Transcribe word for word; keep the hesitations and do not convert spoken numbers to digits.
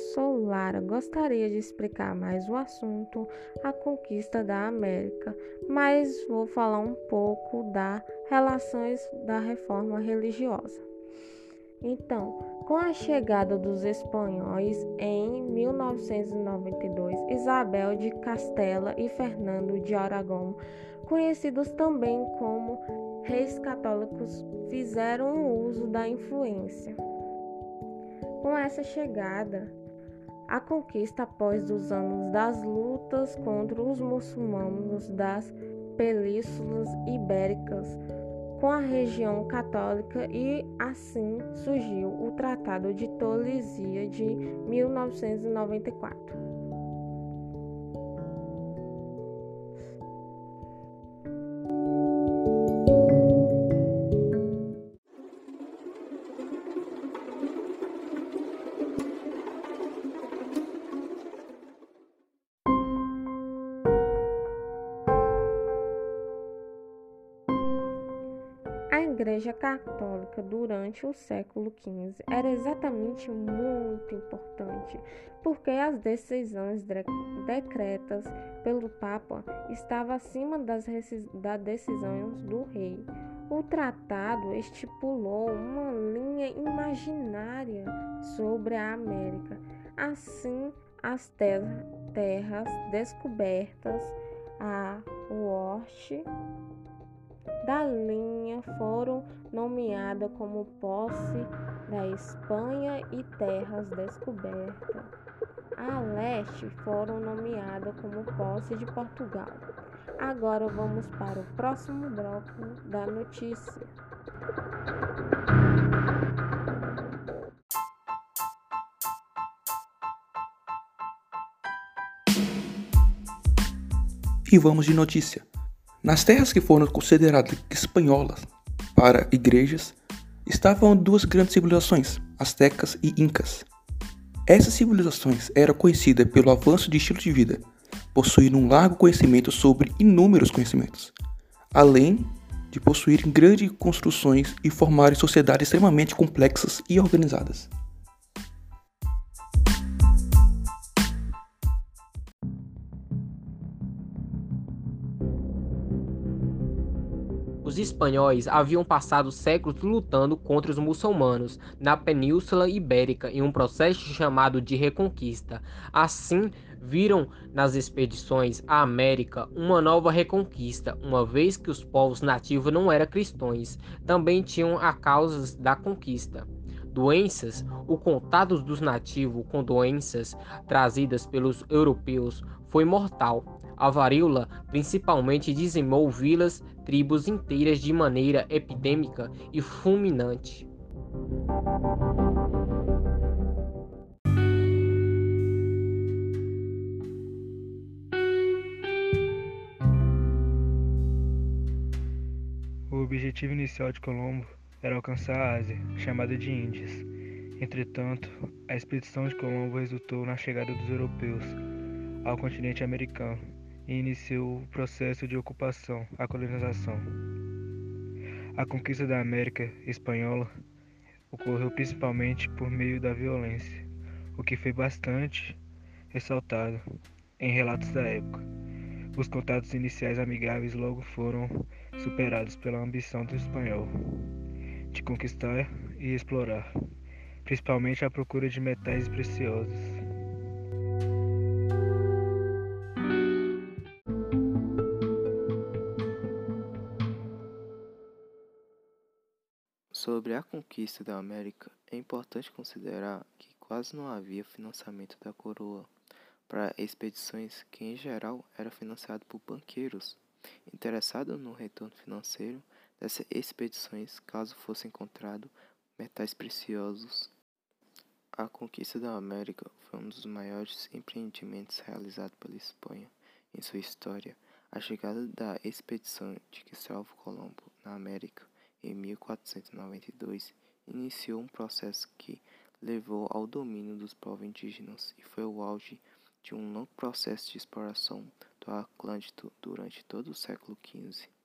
sou Lara. Gostaria de explicar mais o assunto, a conquista da América, mas vou falar um pouco das relações da reforma religiosa. Então, com a chegada dos espanhóis em mil novecentos e noventa e dois, Isabel de Castela e Fernando de Aragão, conhecidos também como reis católicos, fizeram uso da influência. Com essa chegada, a conquista após os anos das lutas contra os muçulmanos das Penínsulas Ibéricas com a região católica e assim surgiu o Tratado de Tordesilhas de mil novecentos e noventa e quatro. A Igreja Católica durante o século quinze era exatamente muito importante, porque as decisões decretas pelo Papa estavam acima das, das decisões do rei. O tratado estipulou uma linha imaginária sobre a América. Assim, as terras, terras descobertas a oeste da linha foram nomeadas como posse da Espanha e terras descobertas a leste foram nomeadas como posse de Portugal. Agora vamos para o próximo bloco da notícia. E vamos de notícia. Nas terras que foram consideradas espanholas para igrejas, estavam duas grandes civilizações, astecas e incas. Essas civilizações eram conhecidas pelo avanço de estilo de vida, possuindo um largo conhecimento sobre inúmeros conhecimentos, além de possuírem grandes construções e formarem sociedades extremamente complexas e organizadas. Os espanhóis haviam passado séculos lutando contra os muçulmanos na Península Ibérica em um processo chamado de reconquista. Assim, viram nas expedições à América uma nova reconquista, uma vez que os povos nativos não eram cristãos, também tinham as causas da conquista. Doenças. O contato dos nativos com doenças trazidas pelos europeus foi mortal. A varíola principalmente dizimou vilas, tribos inteiras de maneira epidêmica e fulminante. O objetivo inicial de Colombo era alcançar a Ásia, chamada de Índias. Entretanto, a expedição de Colombo resultou na chegada dos europeus ao continente americano e iniciou o processo de ocupação, a colonização. A conquista da América espanhola ocorreu principalmente por meio da violência, o que foi bastante ressaltado em relatos da época. Os contatos iniciais amigáveis logo foram superados pela ambição do espanhol de conquistar e explorar, principalmente à procura de metais preciosos. Sobre a conquista da América, é importante considerar que quase não havia financiamento da coroa para expedições que, em geral, era financiado por banqueiros interessados no retorno financeiro dessas expedições caso fosse encontrado metais preciosos. A conquista da América foi um dos maiores empreendimentos realizados pela Espanha em sua história. A chegada da expedição de Cristóvão Colombo na América em mil quatrocentos e noventa e dois iniciou um processo que levou ao domínio dos povos indígenas e foi o auge de um longo processo de exploração do Atlântico durante todo o século quinze.